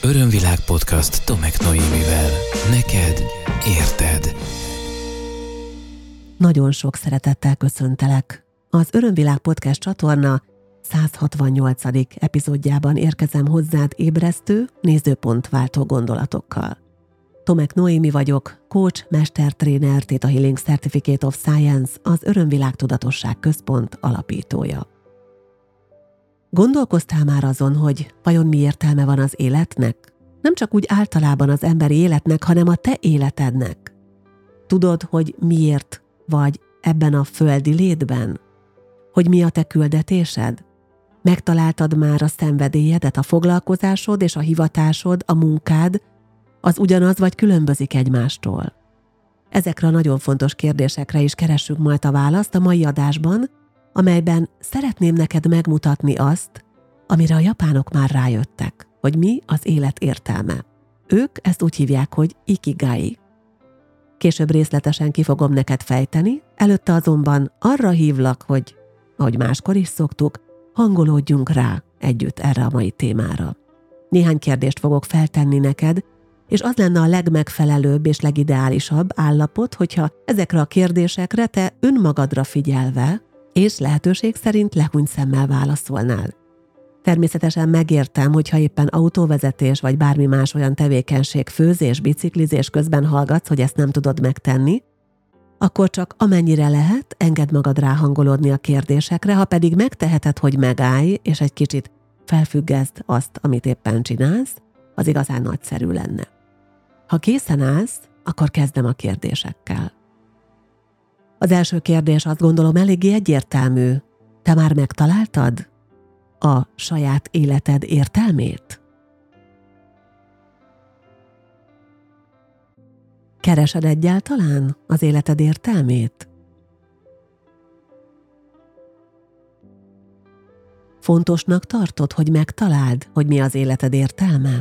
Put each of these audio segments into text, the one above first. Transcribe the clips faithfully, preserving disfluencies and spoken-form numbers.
Örömvilág podcast Tomek Noémivel. Neked érted. Nagyon sok szeretettel köszöntelek. Az Örömvilág podcast csatorna száz hatvannyolcadik epizódjában érkezem hozzád ébresztő, nézőpontváltó gondolatokkal. Tomek Noémi vagyok, coach, mestertréner, Theta Healing Certificate of Science, az Örömvilág Tudatosság Központ alapítója. Gondolkoztál már azon, hogy vajon mi értelme van az életnek? Nem csak úgy általában az emberi életnek, hanem a te életednek. Tudod, hogy miért vagy ebben a földi létben? Hogy mi a te küldetésed? Megtaláltad már a szenvedélyedet, a foglalkozásod és a hivatásod, a munkád, az ugyanaz vagy különbözik egymástól? Ezekre a nagyon fontos kérdésekre is keressük majd a választ a mai adásban, amelyben szeretném neked megmutatni azt, amire a japánok már rájöttek, hogy mi az élet értelme. Ők ezt úgy hívják, hogy ikigai. Később részletesen ki fogom neked fejteni, előtte azonban arra hívlak, hogy, ahogy máskor is szoktuk, hangolódjunk rá együtt erre a mai témára. Néhány kérdést fogok feltenni neked, és az lenne a legmegfelelőbb és legideálisabb állapot, hogyha ezekre a kérdésekre te önmagadra figyelve, és lehetőség szerint lehúny szemmel válaszolnál. Természetesen megértem, hogyha éppen autóvezetés vagy bármi más olyan tevékenység, főzés, biciklizés közben hallgatsz, hogy ezt nem tudod megtenni, akkor csak amennyire lehet, engedd magad ráhangolódni a kérdésekre, ha pedig megteheted, hogy megállj, és egy kicsit felfüggeszd azt, amit éppen csinálsz, az igazán nagyszerű lenne. Ha készen állsz, akkor kezdem a kérdésekkel. Az első kérdés, azt gondolom, eléggé egyértelmű. Te már megtaláltad a saját életed értelmét? Keresed egyáltalán az életed értelmét? Fontosnak tartod, hogy megtaláld, hogy mi az életed értelme?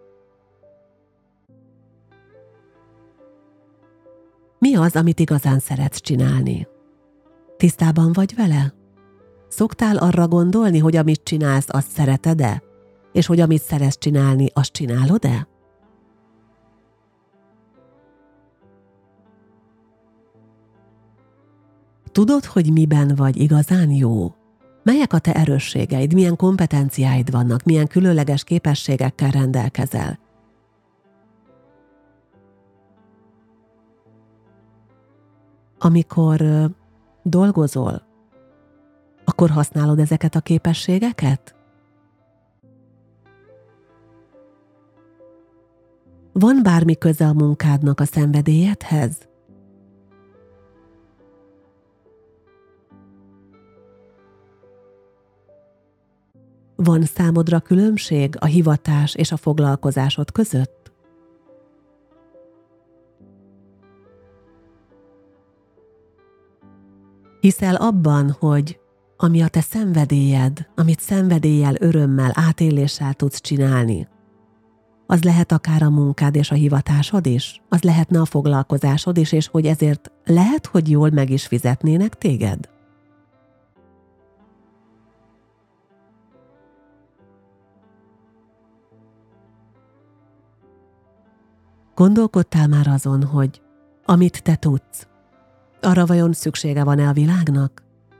Mi az, amit igazán szeretsz csinálni? Tisztában vagy vele? Szoktál arra gondolni, hogy amit csinálsz, azt szereted-e? És hogy amit szeretsz csinálni, azt csinálod-e? Tudod, hogy miben vagy igazán jó? Melyek a te erősségeid, milyen kompetenciáid vannak, milyen különleges képességekkel rendelkezel? Amikor uh, dolgozol, akkor használod ezeket a képességeket? Van bármi köze a munkádnak a szenvedélyedhez? Van számodra különbség a hivatás és a foglalkozásod között? Hiszel abban, hogy ami a te szenvedélyed, amit szenvedéllyel, örömmel, átéléssel tudsz csinálni, az lehet akár a munkád és a hivatásod is, az lehetne a foglalkozásod is, és hogy ezért lehet, hogy jól meg is fizetnének téged? Gondolkodtál már azon, hogy amit te tudsz, arra vajon szüksége van-e a világnak?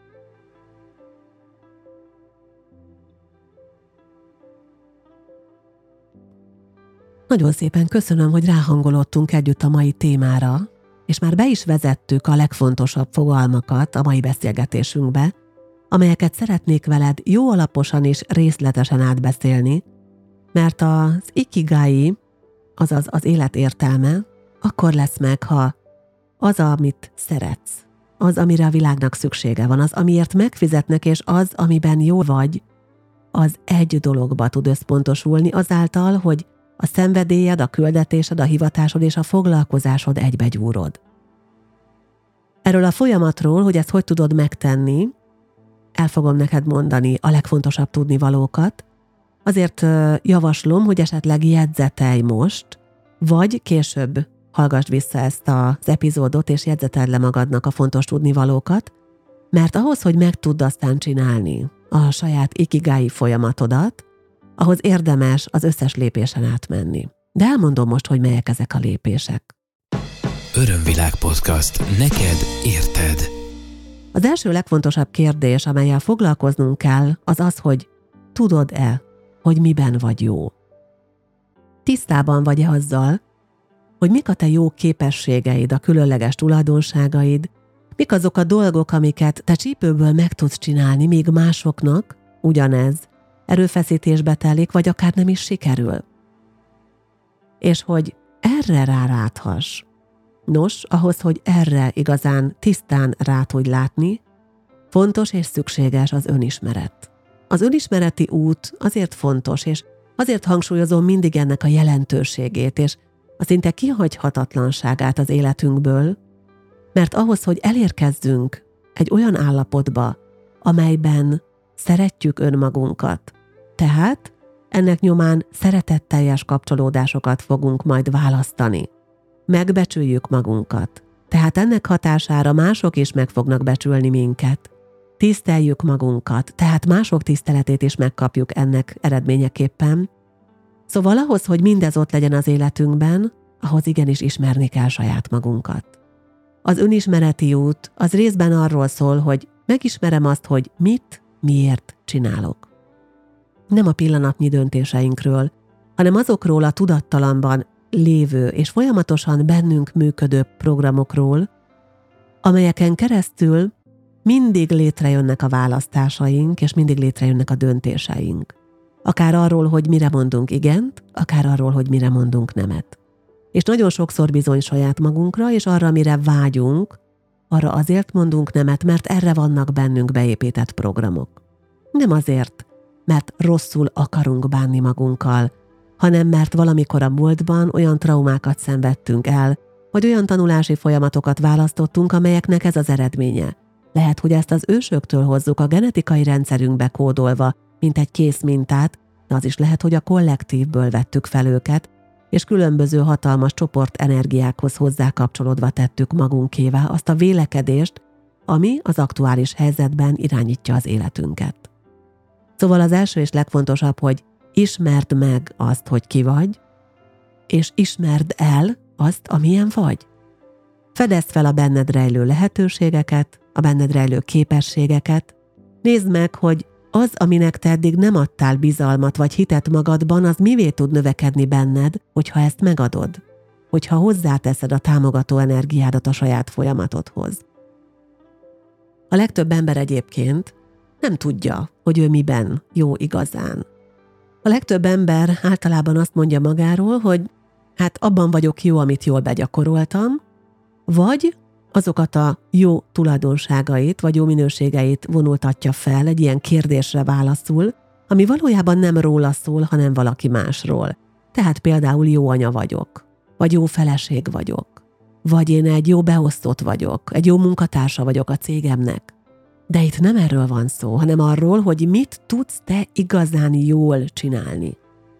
Nagyon szépen köszönöm, hogy ráhangolódtunk együtt a mai témára, és már be is vezettük a legfontosabb fogalmakat a mai beszélgetésünkbe, amelyeket szeretnék veled jó alaposan és részletesen átbeszélni, mert az ikigai, azaz az élet értelme, akkor lesz meg, ha az, amit szeretsz, az, amire a világnak szüksége van, az, amiért megfizetnek, és az, amiben jó vagy, az egy dologba tud összpontosulni azáltal, hogy a szenvedélyed, a küldetésed, a hivatásod és a foglalkozásod egybegyúrod. Erről a folyamatról, hogy ezt hogy tudod megtenni, el fogom neked mondani a legfontosabb tudnivalókat, azért javaslom, hogy esetleg jegyzetelj most, vagy később hallgassd vissza ezt az epizódot, és jegyzeteld le magadnak a fontos tudnivalókat, mert ahhoz, hogy meg tudd aztán csinálni a saját ikigai folyamatodat, ahhoz érdemes az összes lépésen átmenni. De elmondom most, hogy melyek ezek a lépések. Örömvilág podcast. Neked érted. Az első legfontosabb kérdés, amellyel foglalkoznunk kell, az az, hogy tudod-e, hogy miben vagy jó? Tisztában vagy-e azzal, hogy mik a te jó képességeid, a különleges tulajdonságaid, mik azok a dolgok, amiket te csípőből meg tudsz csinálni, míg másoknak ugyanez erőfeszítésbe telik, vagy akár nem is sikerül. És hogy erre ráráthass. Nos, ahhoz, hogy erre igazán tisztán rá tudj látni, fontos és szükséges az önismeret. Az önismereti út azért fontos, és azért hangsúlyozom mindig ennek a jelentőségét, és a szinte kihagyhatatlanságát az életünkből, mert ahhoz, hogy elérkezzünk egy olyan állapotba, amelyben szeretjük önmagunkat, tehát ennek nyomán szeretetteljes kapcsolódásokat fogunk majd választani. Megbecsüljük magunkat, tehát ennek hatására mások is meg fognak becsülni minket. Tiszteljük magunkat, tehát mások tiszteletét is megkapjuk ennek eredményeképpen. Szóval ahhoz, hogy mindez ott legyen az életünkben, ahhoz igenis ismerni kell saját magunkat. Az önismereti út az részben arról szól, hogy megismerem azt, hogy mit, miért csinálok. Nem a pillanatnyi döntéseinkről, hanem azokról a tudattalamban lévő és folyamatosan bennünk működő programokról, amelyeken keresztül mindig létrejönnek a választásaink, és mindig létrejönnek a döntéseink. Akár arról, hogy mire mondunk igent, akár arról, hogy mire mondunk nemet. És nagyon sokszor bizony saját magunkra, és arra, mire vágyunk, arra azért mondunk nemet, mert erre vannak bennünk beépített programok. Nem azért, mert rosszul akarunk bánni magunkkal, hanem mert valamikor a múltban olyan traumákat szenvedtünk el, vagy olyan tanulási folyamatokat választottunk, amelyeknek ez az eredménye. Lehet, hogy ezt az ősöktől hozzuk a genetikai rendszerünkbe kódolva, mint egy kész mintát, de az is lehet, hogy a kollektívből vettük fel őket, és különböző hatalmas csoport energiákhoz hozzákapcsolódva tettük magunkévá azt a vélekedést, ami az aktuális helyzetben irányítja az életünket. Szóval az első és legfontosabb, hogy ismerd meg azt, hogy ki vagy, és ismerd el azt, amilyen vagy. Fedezd fel a benned rejlő lehetőségeket, a benned rejlő képességeket, nézd meg, hogy az, aminek te eddig nem adtál bizalmat vagy hitet magadban, az mivé tud növekedni benned, hogyha ezt megadod, hogyha hozzáteszed a támogató energiádat a saját folyamatodhoz. A legtöbb ember egyébként nem tudja, hogy ő miben jó igazán. A legtöbb ember általában azt mondja magáról, hogy hát abban vagyok jó, amit jól begyakoroltam, vagy azokat a jó tulajdonságait, vagy jó minőségeit vonultatja fel egy ilyen kérdésre válaszul, ami valójában nem róla szól, hanem valaki másról. Tehát például jó anya vagyok, vagy jó feleség vagyok, vagy én egy jó beosztott vagyok, egy jó munkatársa vagyok a cégemnek. De itt nem erről van szó, hanem arról, hogy mit tudsz te igazán jól csinálni.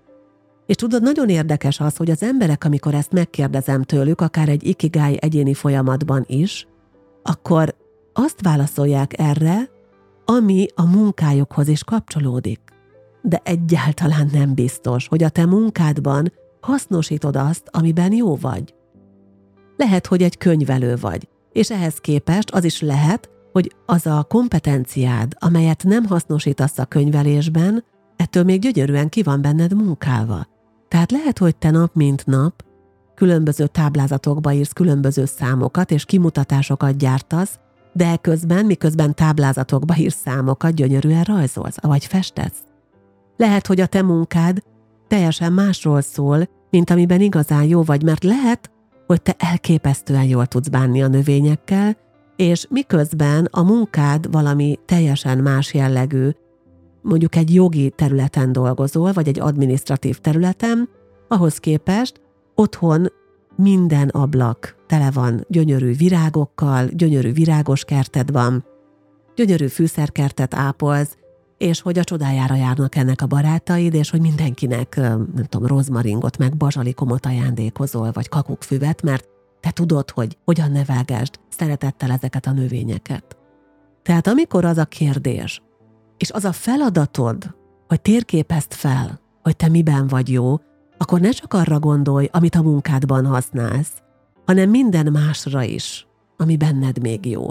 És tudod, nagyon érdekes az, hogy az emberek, amikor ezt megkérdezem tőlük, akár egy ikigai egyéni folyamatban is, akkor azt válaszolják erre, ami a munkájukhoz is kapcsolódik. De egyáltalán nem biztos, hogy a te munkádban hasznosítod azt, amiben jó vagy. Lehet, hogy egy könyvelő vagy, és ehhez képest az is lehet, hogy az a kompetenciád, amelyet nem hasznosítasz a könyvelésben, ettől még gyönyörűen ki van benned munkálva. Tehát lehet, hogy te nap mint nap különböző táblázatokba írsz különböző számokat és kimutatásokat gyártasz, de közben, miközben táblázatokba írsz számokat, gyönyörűen rajzolsz, vagy festesz. Lehet, hogy a te munkád teljesen másról szól, mint amiben igazán jó vagy, mert lehet, hogy te elképesztően jól tudsz bánni a növényekkel, és miközben a munkád valami teljesen más jellegű, mondjuk egy jogi területen dolgozol, vagy egy adminisztratív területen, ahhoz képest otthon minden ablak tele van gyönyörű virágokkal, gyönyörű virágos kerted van, gyönyörű fűszerkertet ápolsz, és hogy a csodájára járnak ennek a barátaid, és hogy mindenkinek, nem tudom, rozmaringot, meg bazsalikomot ajándékozol, vagy kakukfüvet, mert te tudod, hogy hogyan nevelgesd szeretettel ezeket a növényeket. Tehát amikor az a kérdés, és az a feladatod, hogy térképezd fel, hogy te miben vagy jó, akkor ne csak arra gondolj, amit a munkádban használsz, hanem minden másra is, ami benned még jó.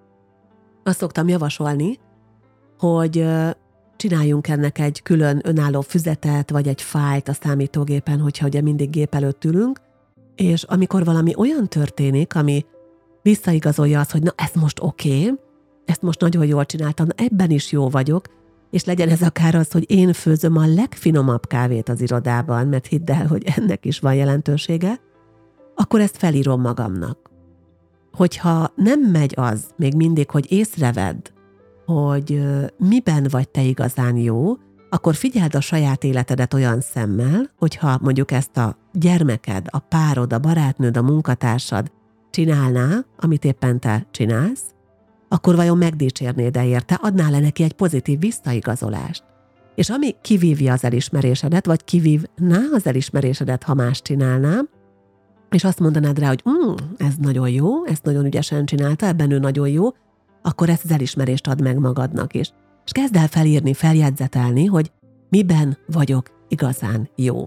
Azt szoktam javasolni, hogy csináljunk ennek egy külön önálló füzetet, vagy egy fájlt a számítógépen, hogyha ugye mindig gép előtt ülünk, és amikor valami olyan történik, ami visszaigazolja azt, hogy na ez most oké, okay, ezt most nagyon jól csináltam, ebben is jó vagyok, és legyen ez akár az, hogy én főzöm a legfinomabb kávét az irodában, mert hidd el, hogy ennek is van jelentősége, akkor ezt felírom magamnak. Hogyha nem megy az még mindig, hogy észrevedd, hogy miben vagy te igazán jó, akkor figyeld a saját életedet olyan szemmel, hogyha mondjuk ezt a gyermeked, a párod, a barátnőd, a munkatársad csinálná, amit éppen te csinálsz, akkor vajon megdicsérnéd-e érte, adnál le neki egy pozitív visszaigazolást. És ami kivívja az elismerésedet, vagy kivívná az elismerésedet, ha más csinálná, és azt mondanád rá, hogy mm, ez nagyon jó, ezt nagyon ügyesen csinálta, ebben ő nagyon jó, akkor ezt az elismerést ad meg magadnak is. És kezd el felírni, feljegyzetelni, hogy miben vagyok igazán jó.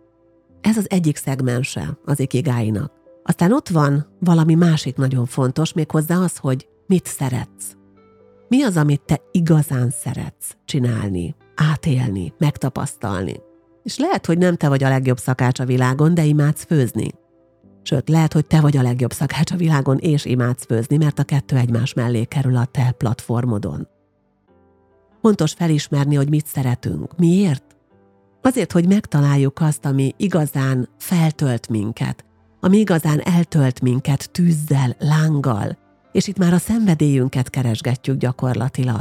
Ez az egyik szegmense az ikigáinak. Aztán ott van valami másik nagyon fontos, méghozzá az, hogy mit szeretsz. Mi az, amit te igazán szeretsz csinálni, átélni, megtapasztalni. És lehet, hogy nem te vagy a legjobb szakács a világon, de imádsz főzni. Sőt, lehet, hogy te vagy a legjobb szakács a világon, és imádsz főzni, mert a kettő egymás mellé kerül a te platformodon. Fontos felismerni, hogy mit szeretünk. Miért? Azért, hogy megtaláljuk azt, ami igazán feltölt minket, ami igazán eltölt minket tűzzel, lánggal, és itt már a szenvedélyünket keresgetjük gyakorlatilag.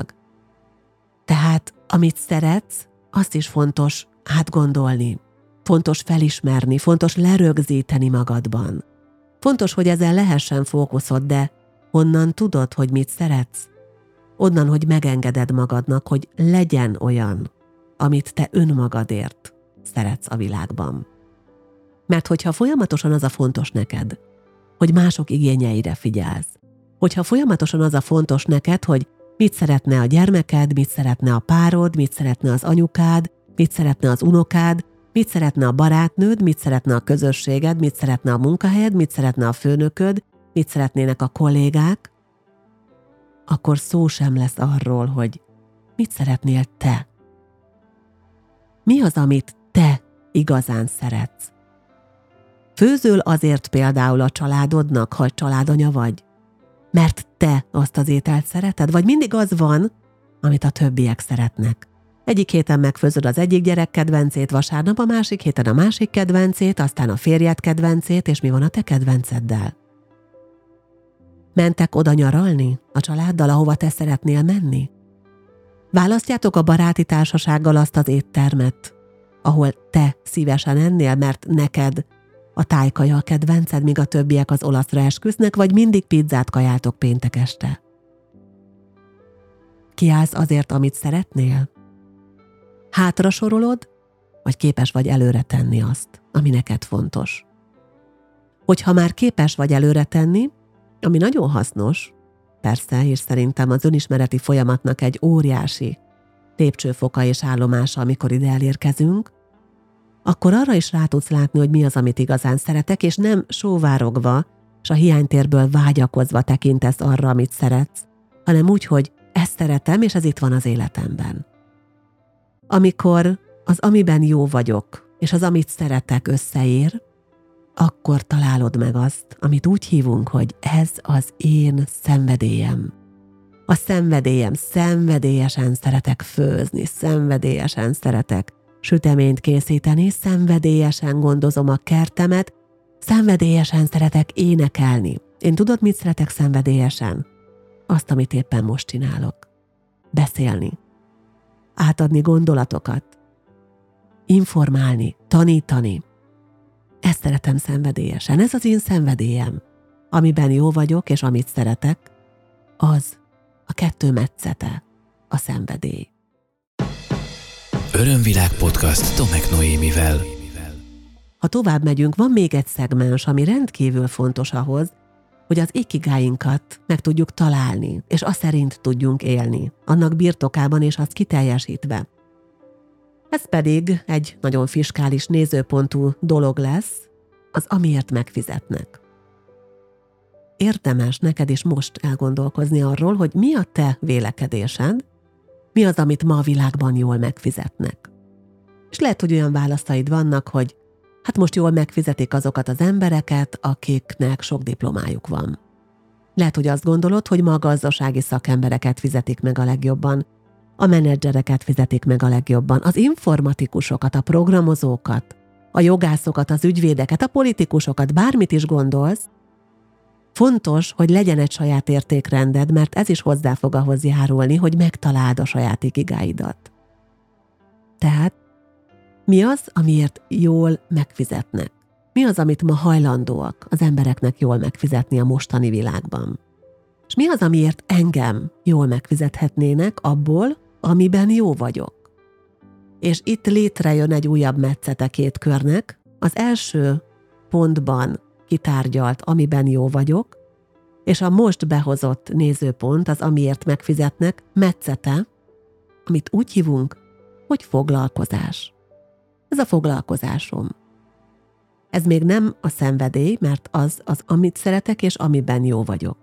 Tehát, amit szeretsz, azt is fontos átgondolni, fontos felismerni, fontos lerögzíteni magadban. Fontos, hogy ezzel lehessen fókuszod, de honnan tudod, hogy mit szeretsz? Onnan, hogy megengeded magadnak, hogy legyen olyan, amit te önmagadért szeretsz a világban. Mert hogyha folyamatosan az a fontos neked, hogy mások igényeire figyelsz, hogyha folyamatosan az a fontos neked, hogy mit szeretne a gyermeked, mit szeretne a párod, mit szeretne az anyukád, mit szeretne az unokád, mit szeretne a barátnőd, mit szeretne a közösséged, mit szeretne a munkahelyed, mit szeretne a főnököd, mit szeretnének a kollégák, akkor szó sem lesz arról, hogy mit szeretnél te. Mi az, amit te igazán szeretsz? Főzöl azért például a családodnak, ha családanya vagy? Mert te azt az ételt szereted? Vagy mindig az van, amit a többiek szeretnek? Egyik héten megfőzöd az egyik gyerek kedvencét, vasárnap a másik héten a másik kedvencét, aztán a férjed kedvencét, és mi van a te kedvenceddel? Mentek oda nyaralni a családdal, ahova te szeretnél menni? Választjátok a baráti társasággal azt az éttermet, ahol te szívesen ennél, mert neked a tájkaja a kedvenced, míg a többiek az olaszra esküsznek, vagy mindig pizzát kajáltok péntek este? Kiállsz azért, amit szeretnél? Hátra sorolod, vagy képes vagy előre tenni azt, ami neked fontos? Hogyha már képes vagy előre tenni, ami nagyon hasznos, persze, és szerintem az önismereti folyamatnak egy óriási lépcsőfoka és állomása, amikor ide elérkezünk, akkor arra is rá tudsz látni, hogy mi az, amit igazán szeretek, és nem sóvárogva, és a hiánytérből vágyakozva tekintesz arra, amit szeretsz, hanem úgy, hogy ezt szeretem, és ez itt van az életemben. Amikor az, amiben jó vagyok, és az, amit szeretek, összeér, akkor találod meg azt, amit úgy hívunk, hogy ez az én szenvedélyem. A szenvedélyem, szenvedélyesen szeretek főzni, szenvedélyesen szeretek süteményt készíteni, szenvedélyesen gondozom a kertemet, szenvedélyesen szeretek énekelni. Én tudod, mit szeretek szenvedélyesen? Azt, amit éppen most csinálok. Beszélni. Átadni gondolatokat. Informálni, tanítani. Ezt szeretem szenvedélyesen. Ez az én szenvedélyem. Amiben jó vagyok, és amit szeretek, az a kettő metszete, a szenvedély. Örömvilág podcast Tomek Noémivel. Ha tovább megyünk, van még egy szegmens, ami rendkívül fontos ahhoz, hogy az ikigáinkat meg tudjuk találni, és azt szerint tudjunk élni, annak birtokában és azt kiteljesítve. Ez pedig egy nagyon fiskális nézőpontú dolog lesz, az amiért megfizetnek. Érdemes neked is most elgondolkozni arról, hogy mi a te vélekedésed, mi az, amit ma a világban jól megfizetnek. És lehet, hogy olyan válaszaid vannak, hogy hát most jól megfizetik azokat az embereket, akiknek sok diplomájuk van. Lehet, hogy azt gondolod, hogy ma a gazdasági szakembereket fizetik meg a legjobban, a menedzsereket fizetik meg a legjobban, az informatikusokat, a programozókat, a jogászokat, az ügyvédeket, a politikusokat, bármit is gondolsz. Fontos, hogy legyen egy saját értékrended, mert ez is hozzá fog ahhoz járulni, hogy megtaláld a saját ikigáidat. Tehát mi az, amiért jól megfizetnek? Mi az, amit ma hajlandóak az embereknek jól megfizetni a mostani világban? És mi az, amiért engem jól megfizethetnének abból, amiben jó vagyok? És itt létrejön egy újabb metszete két körnek. Az első pontban kitárgyalt, amiben jó vagyok, és a most behozott nézőpont, az amiért megfizetnek, metszete, amit úgy hívunk, hogy foglalkozás. Ez a foglalkozásom. Ez még nem a szenvedély, mert az az, amit szeretek, és amiben jó vagyok.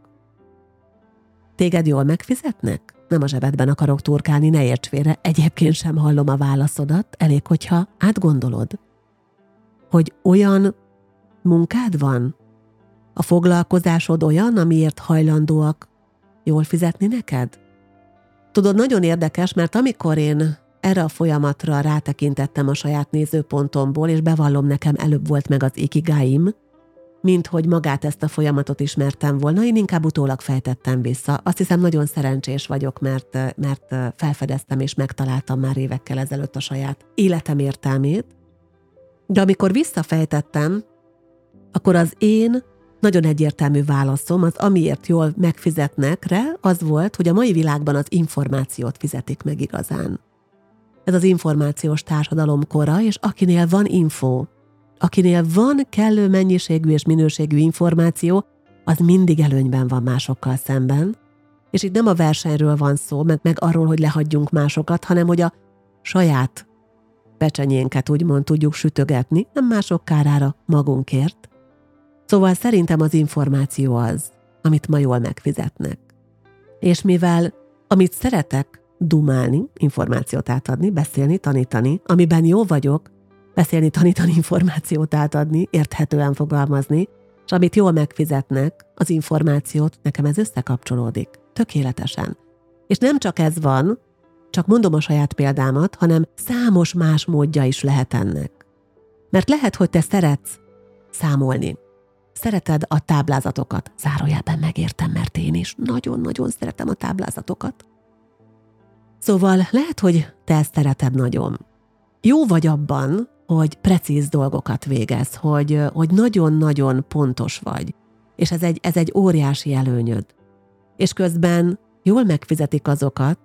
Téged jól megfizetnek? Nem a zsebedben akarok turkálni, ne érts félre, egyébként sem hallom a válaszodat, elég, hogyha átgondolod, hogy olyan munkád van, a foglalkozásod olyan, amiért hajlandóak jól fizetni neked? Tudod, nagyon érdekes, mert amikor én erre a folyamatra rátekintettem a saját nézőpontomból, és bevallom, nekem előbb volt meg az ikigáim, mint hogy magát ezt a folyamatot ismertem volna, én inkább utólag fejtettem vissza. Azt hiszem, nagyon szerencsés vagyok, mert, mert felfedeztem és megtaláltam már évekkel ezelőtt a saját életem értelmét. De amikor visszafejtettem, akkor az én nagyon egyértelmű válaszom, az amiért jól megfizetnekre, az volt, hogy a mai világban az információt fizetik meg igazán. Ez az információs társadalom kora, és akinél van info, akinél van kellő mennyiségű és minőségű információ, az mindig előnyben van másokkal szemben. És itt nem a versenyről van szó, meg, meg arról, hogy lehagyjunk másokat, hanem hogy a saját pecsenyénket úgymond tudjuk sütögetni, nem mások kárára, magunkért. Szóval szerintem az információ az, amit ma jól megfizetnek. És mivel amit szeretek dumálni, információt átadni, beszélni, tanítani, amiben jó vagyok, beszélni, tanítani, információt átadni, érthetően fogalmazni, és amit jól megfizetnek, az információt, nekem ez összekapcsolódik. Tökéletesen. És nem csak ez van, csak mondom a saját példámat, hanem számos más módja is lehet ennek. Mert lehet, hogy te szeretsz számolni. Szereted a táblázatokat. Zárójelben megértem, mert én is nagyon-nagyon szeretem a táblázatokat. Szóval lehet, hogy te ezt szereted nagyon. Jó vagy abban, hogy precíz dolgokat végez, hogy, hogy nagyon-nagyon pontos vagy. És ez egy, ez egy óriási előnyöd. És közben jól megfizetik azokat,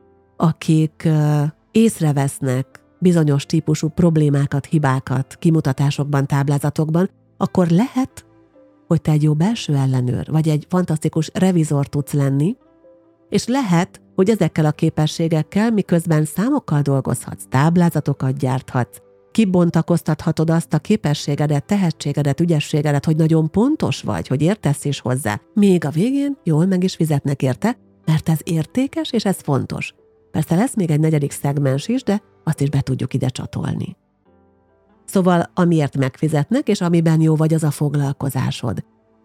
akik uh, észrevesznek bizonyos típusú problémákat, hibákat, kimutatásokban, táblázatokban, akkor lehet, hogy te egy jó belső ellenőr, vagy egy fantasztikus revizor tudsz lenni, és lehet, hogy ezekkel a képességekkel, miközben számokkal dolgozhatsz, táblázatokat gyárthatsz, kibontakoztathatod azt a képességedet, tehetségedet, ügyességedet, hogy nagyon pontos vagy, hogy értesz is hozzá. Még a végén jól meg is fizetnek érte, mert ez értékes, és ez fontos. Persze lesz még egy negyedik szegmens is, de azt is be tudjuk ide csatolni. Szóval amiért megfizetnek, és amiben jó vagy, az a foglalkozásod.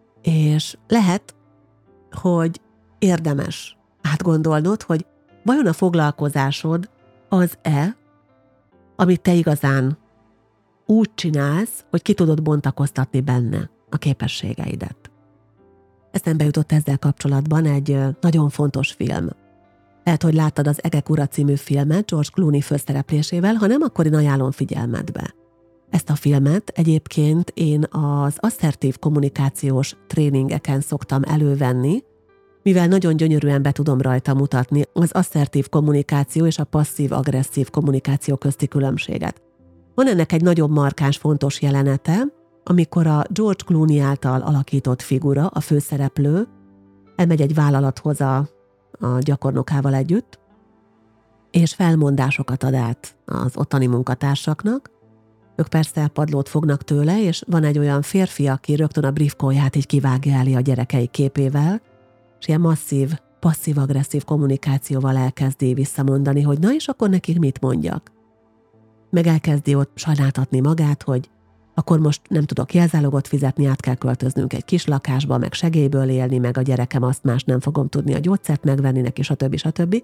És lehet, hogy érdemes átgondolnod, hogy vajon a foglalkozásod az-e, amit te igazán úgy csinálsz, hogy ki tudod bontakoztatni benne a képességeidet. Eszembe jutott ezzel kapcsolatban egy nagyon fontos film. Lehet, hogy láttad az Egek ura című filmet George Clooney főszereplésével, ha nem, akkor én ajánlom figyelmedbe. Ezt a filmet egyébként én az asszertív kommunikációs tréningeken szoktam elővenni, mivel nagyon gyönyörűen be tudom rajta mutatni az asszertív kommunikáció és a passzív-agresszív kommunikáció közti különbséget. Van ennek egy nagyon markáns, fontos jelenete, amikor a George Clooney által alakított figura, a főszereplő, elmegy egy vállalathoz a, a gyakornokával együtt, és felmondásokat ad át az ottani munkatársaknak. Ők persze padlót fognak tőle, és van egy olyan férfi, aki rögtön a briefkóját így kivágja elé a gyerekei képével, és ilyen masszív, passzív-agresszív kommunikációval elkezdi visszamondani, hogy na és akkor nekik mit mondjak. Meg elkezdi ott sajnáltatni magát, hogy akkor most nem tudok jelzálogot fizetni, át kell költöznünk egy kis lakásba, meg segélyből élni, meg a gyerekem azt más nem fogom tudni a gyógyszert megvenni neki, stb. stb.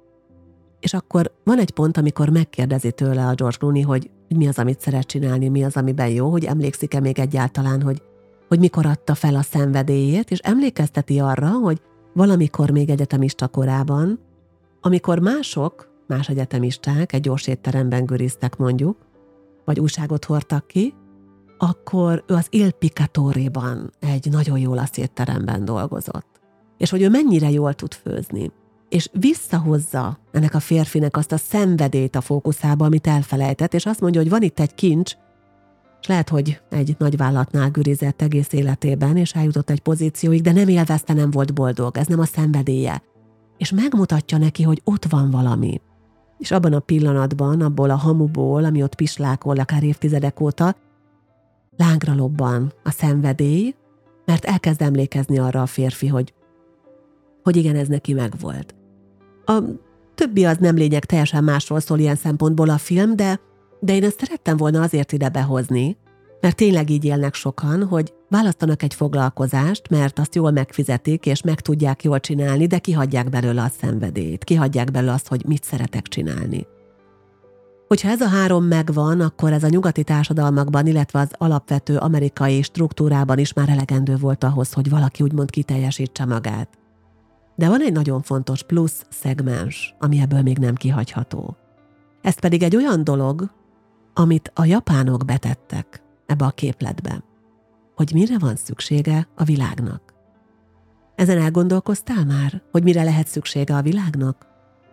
És akkor van egy pont, amikor megkérdezi tőle a George Clooney, hogy mi az, amit szeret csinálni, mi az, amiben jó, hogy emlékszik-e még egyáltalán, hogy, hogy mikor adta fel a szenvedélyét, és emlékezteti arra, hogy valamikor még egyetemista korában, amikor mások, más egyetemisták egy gyors étteremben güriztek mondjuk, vagy újságot hordtak ki, akkor ő az Il Picatoréban egy nagyon jó olasz étteremben dolgozott. És hogy ő mennyire jól tud főzni. És visszahozza ennek a férfinek azt a szenvedélyt a fókuszába, amit elfelejtett, és azt mondja, hogy van itt egy kincs, és lehet, hogy egy nagyvállalatnál gürizett egész életében, és eljutott egy pozícióig, de nem élvezte, nem volt boldog, ez nem a szenvedélye. És megmutatja neki, hogy ott van valami. És abban a pillanatban, abból a hamuból, ami ott pislákol akár évtizedek óta, lángra lobban a szenvedély, mert elkezd emlékezni arra a férfi, hogy, hogy igen, ez neki megvolt. A többi az nem lényeg, teljesen másról szól ilyen szempontból a film, de, de én ezt szerettem volna azért ide behozni, mert tényleg így élnek sokan, hogy választanak egy foglalkozást, mert azt jól megfizetik, és meg tudják jól csinálni, de kihagyják belőle a szenvedélyt, kihagyják belőle azt, hogy mit szeretek csinálni. Hogyha ez a három megvan, akkor ez a nyugati társadalmakban, illetve az alapvető amerikai struktúrában is már elegendő volt ahhoz, hogy valaki úgymond kiteljesítse magát. De van egy nagyon fontos plusz szegmens, ami ebből még nem kihagyható. Ez pedig egy olyan dolog, amit a japánok betettek ebbe a képletbe, hogy mire van szüksége a világnak. Ezen elgondolkoztál már, hogy mire lehet szüksége a világnak?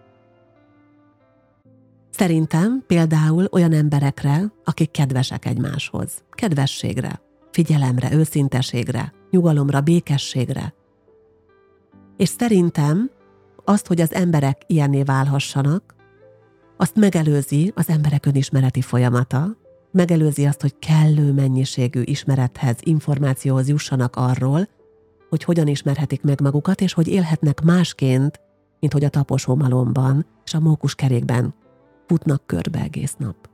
Szerintem például olyan emberekre, akik kedvesek egymáshoz. Kedvességre, figyelemre, őszinteségre, nyugalomra, békességre. És szerintem azt, hogy az emberek ilyenné válhassanak, azt megelőzi az emberek önismereti folyamata, megelőzi azt, hogy kellő mennyiségű ismerethez, információhoz jussanak arról, hogy hogyan ismerhetik meg magukat, és hogy élhetnek másként, mint hogy a taposómalomban és a mókuskerékben futnak körbe egész nap.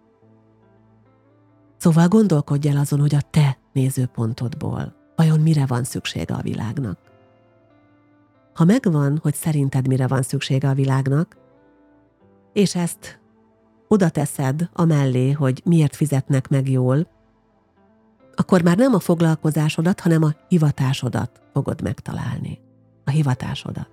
Szóval gondolkodj el azon, hogy a te nézőpontodból vajon mire van szüksége a világnak. Ha megvan, hogy szerinted mire van szüksége a világnak, és ezt oda teszed amellé, hogy miért fizetnek meg jól, akkor már nem a foglalkozásodat, hanem a hivatásodat fogod megtalálni. A hivatásodat.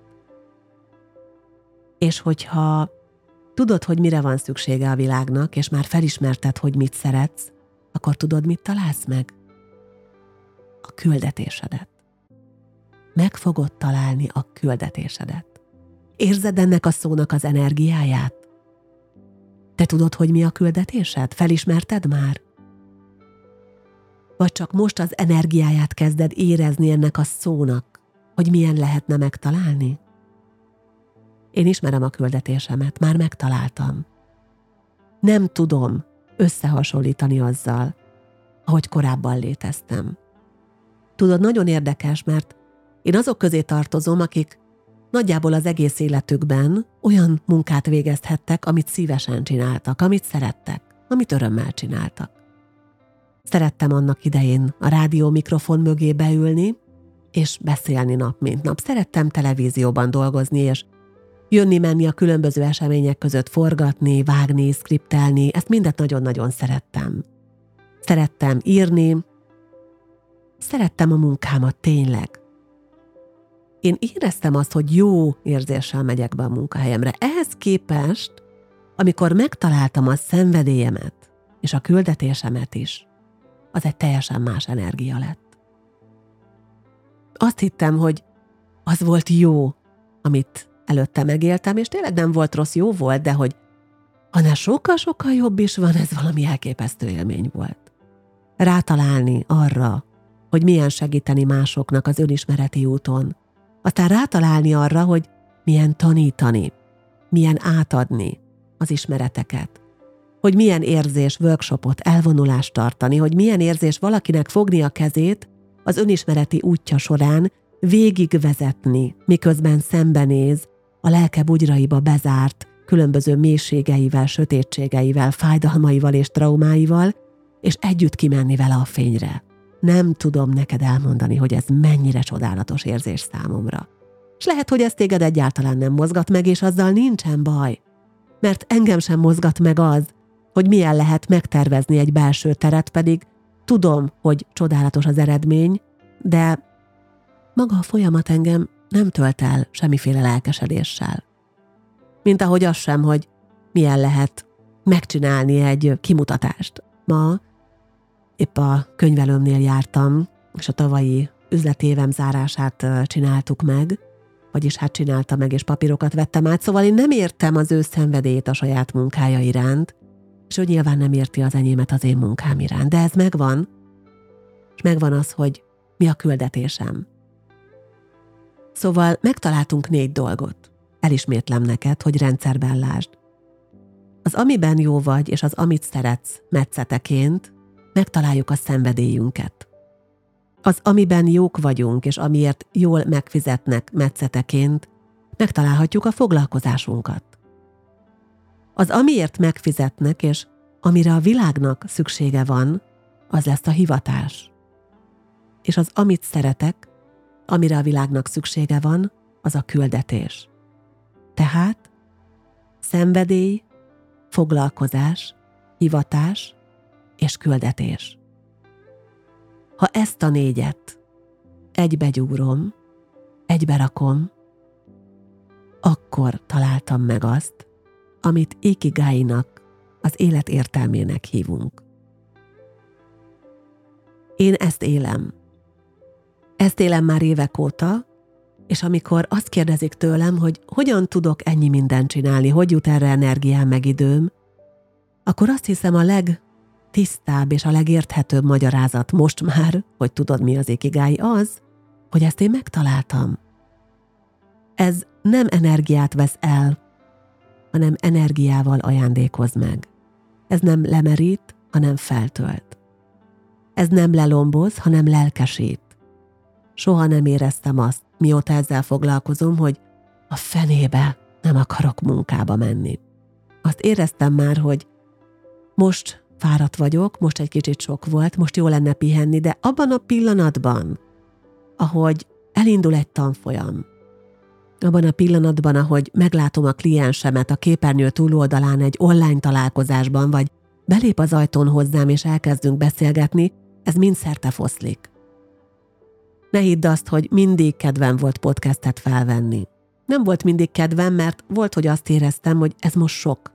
És hogyha tudod, hogy mire van szüksége a világnak, és már felismerted, hogy mit szeretsz, akkor tudod, mit találsz meg? A küldetésedet. Meg fogod találni a küldetésedet. Érzed ennek a szónak az energiáját? Te tudod, hogy mi a küldetésed? Felismerted már? Vagy csak most az energiáját kezded érezni ennek a szónak, hogy milyen lehetne megtalálni? Én ismerem a küldetésemet, már megtaláltam. Nem tudom összehasonlítani azzal, ahogy korábban léteztem. Tudod, nagyon érdekes, mert én azok közé tartozom, akik nagyjából az egész életükben olyan munkát végezhettek, amit szívesen csináltak, amit szerettek, amit örömmel csináltak. Szerettem annak idején a rádió mikrofon mögé beülni, és beszélni nap mint nap. Szerettem televízióban dolgozni, és jönni-menni a különböző események között, forgatni, vágni, szkriptelni, ezt mindet nagyon-nagyon szerettem. Szerettem írni, szerettem a munkámat tényleg. Én éreztem azt, hogy jó érzéssel megyek be a munkahelyemre. Ehhez képest, amikor megtaláltam a szenvedélyemet, és a küldetésemet is, az egy teljesen más energia lett. Azt hittem, hogy az volt jó, amit előtte megéltem, és tényleg nem volt rossz, jó volt, de hogy annál sokkal-sokkal jobb is van, ez valami elképesztő élmény volt. Rátalálni arra, hogy milyen segíteni másoknak az önismereti úton, aztán rátalálni arra, hogy milyen tanítani, milyen átadni az ismereteket, hogy milyen érzés workshopot, elvonulást tartani, hogy milyen érzés valakinek fogni a kezét az önismereti útja során, végigvezetni, miközben szembenéz a lelke bugyraiba bezárt, különböző mélységeivel, sötétségeivel, fájdalmaival és traumáival, és együtt kimenni vele a fényre. Nem tudom neked elmondani, hogy ez mennyire csodálatos érzés számomra. És lehet, hogy ez téged egyáltalán nem mozgat meg, és azzal nincsen baj. Mert engem sem mozgat meg az, hogy milyen lehet megtervezni egy belső teret, pedig tudom, hogy csodálatos az eredmény, de maga a folyamat engem nem tölt el semmiféle lelkesedéssel. Mint ahogy az sem, hogy milyen lehet megcsinálni egy kimutatást. Ma épp a könyvelőmnél jártam, és a tavalyi üzletévem zárását csináltuk meg, vagyis hát csinálta meg, és papírokat vettem át, szóval én nem értem az ő szenvedélyét a saját munkája iránt, és ő nyilván nem érti az enyémet az én munkám iránt, de ez megvan, és megvan az, hogy mi a küldetésem. Szóval megtaláltunk négy dolgot. Elismétlem neked, hogy rendszerben lásd. Az amiben jó vagy, és az amit szeretsz metszeteként, megtaláljuk a szenvedélyünket. Az amiben jók vagyunk, és amiért jól megfizetnek metszeteként, megtalálhatjuk a foglalkozásunkat. Az amiért megfizetnek, és amire a világnak szüksége van, az lesz a hivatás. És az amit szeretek, amire a világnak szüksége van, az a küldetés. Tehát szenvedély, foglalkozás, hivatás és küldetés. Ha ezt a négyet egybegyúrom, egyberakom, akkor találtam meg azt, amit Ikigainak, az élet értelmének hívunk. Én ezt élem. Ezt élem már évek óta, és amikor azt kérdezik tőlem, hogy hogyan tudok ennyi mindent csinálni, hogy jut erre energiám meg időm, akkor azt hiszem a legtisztább és a legérthetőbb magyarázat most már, hogy tudod mi az Ikigai, az, hogy ezt én megtaláltam. Ez nem energiát vesz el, hanem energiával ajándékoz meg. Ez nem lemerít, hanem feltölt. Ez nem lelomboz, hanem lelkesít. Soha nem éreztem azt, mióta ezzel foglalkozom, hogy a fenébe nem akarok munkába menni. Azt éreztem már, hogy most fáradt vagyok, most egy kicsit sok volt, most jó lenne pihenni, de abban a pillanatban, ahogy elindul egy tanfolyam, abban a pillanatban, ahogy meglátom a kliensemet a képernyő túloldalán egy online találkozásban, vagy belép az ajtón hozzám, és elkezdünk beszélgetni, ez mind szerte foszlik. Ne hidd azt, hogy mindig kedvem volt podcastet felvenni. Nem volt mindig kedvem, mert volt, hogy azt éreztem, hogy ez most sok.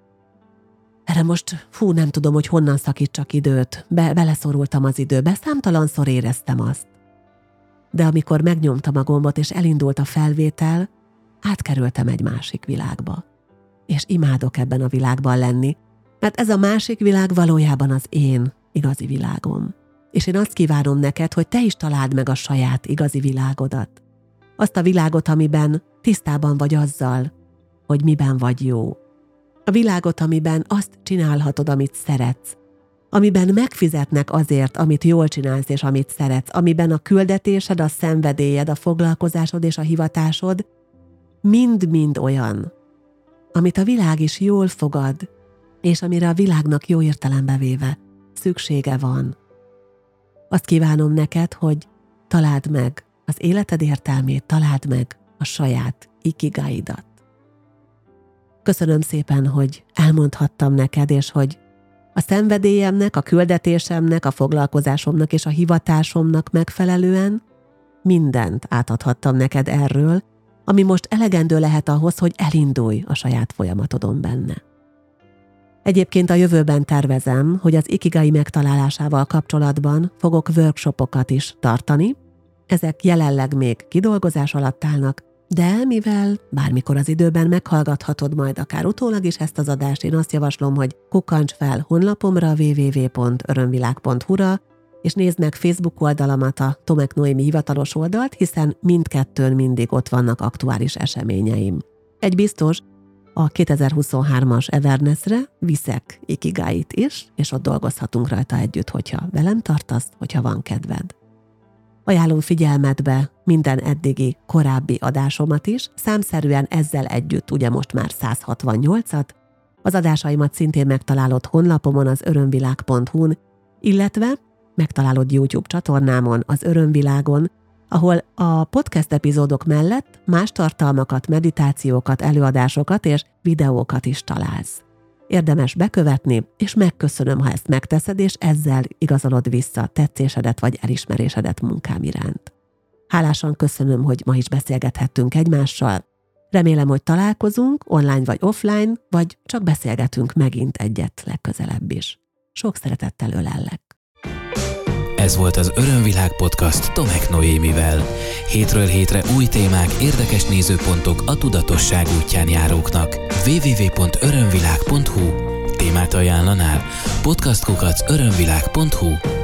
Erre most, fú, nem tudom, hogy honnan szakítsak időt. Be, beleszorultam az időbe, számtalanszor éreztem azt. De amikor megnyomtam a gombot, és elindult a felvétel, átkerültem egy másik világba. És imádok ebben a világban lenni, mert ez a másik világ valójában az én igazi világom. És én azt kívánom neked, hogy te is találd meg a saját igazi világodat. Azt a világot, amiben tisztában vagy azzal, hogy miben vagy jó. A világot, amiben azt csinálhatod, amit szeretsz. Amiben megfizetnek azért, amit jól csinálsz és amit szeretsz. Amiben a küldetésed, a szenvedélyed, a foglalkozásod és a hivatásod mind-mind olyan, amit a világ is jól fogad, és amire a világnak jó értelembe véve szüksége van. Azt kívánom neked, hogy találd meg az életed értelmét, találd meg a saját ikigaidat. Köszönöm szépen, hogy elmondhattam neked, és hogy a szenvedélyemnek, a küldetésemnek, a foglalkozásomnak és a hivatásomnak megfelelően mindent átadhattam neked erről, ami most elegendő lehet ahhoz, hogy elindulj a saját folyamatodon benne. Egyébként a jövőben tervezem, hogy az Ikigai megtalálásával kapcsolatban fogok workshopokat is tartani. Ezek jelenleg még kidolgozás alatt állnak, de mivel bármikor az időben meghallgathatod majd akár utólag is ezt az adást, én azt javaslom, hogy kukkancs fel honlapomra double-u double-u double-u pont örömvilág pont hu-ra, és nézd meg Facebook oldalamat, a Tomek Noémi hivatalos oldalt, hiszen mindkettőn mindig ott vannak aktuális eseményeim. Egy biztos, a kétezer-huszonhármas Evernessre viszek Ikigáit is, és ott dolgozhatunk rajta együtt, hogyha velem tartasz, hogyha van kedved. Ajánlom figyelmetbe minden eddigi korábbi adásomat is, számszerűen ezzel együtt ugye most már száz hatvannyolcat, az adásaimat szintén megtalálod honlapomon, az örömvilág pont hu-n, illetve megtalálod YouTube csatornámon, az Örömvilágon, ahol a podcast epizódok mellett más tartalmakat, meditációkat, előadásokat és videókat is találsz. Érdemes bekövetni, és megköszönöm, ha ezt megteszed, és ezzel igazolod vissza tetszésedet vagy elismerésedet munkám iránt. Hálásan köszönöm, hogy ma is beszélgethettünk egymással. Remélem, hogy találkozunk, online vagy offline, vagy csak beszélgetünk megint egyet legközelebb is. Sok szeretettel ölellek. Ez volt az Örömvilág podcast Tomek Noémivel. Hétről hétre új témák, érdekes nézőpontok a tudatosság útján járóknak. double-u double-u double-u pont örömvilág pont hu Témát ajánlanál? podcast kukac örömvilág pont hu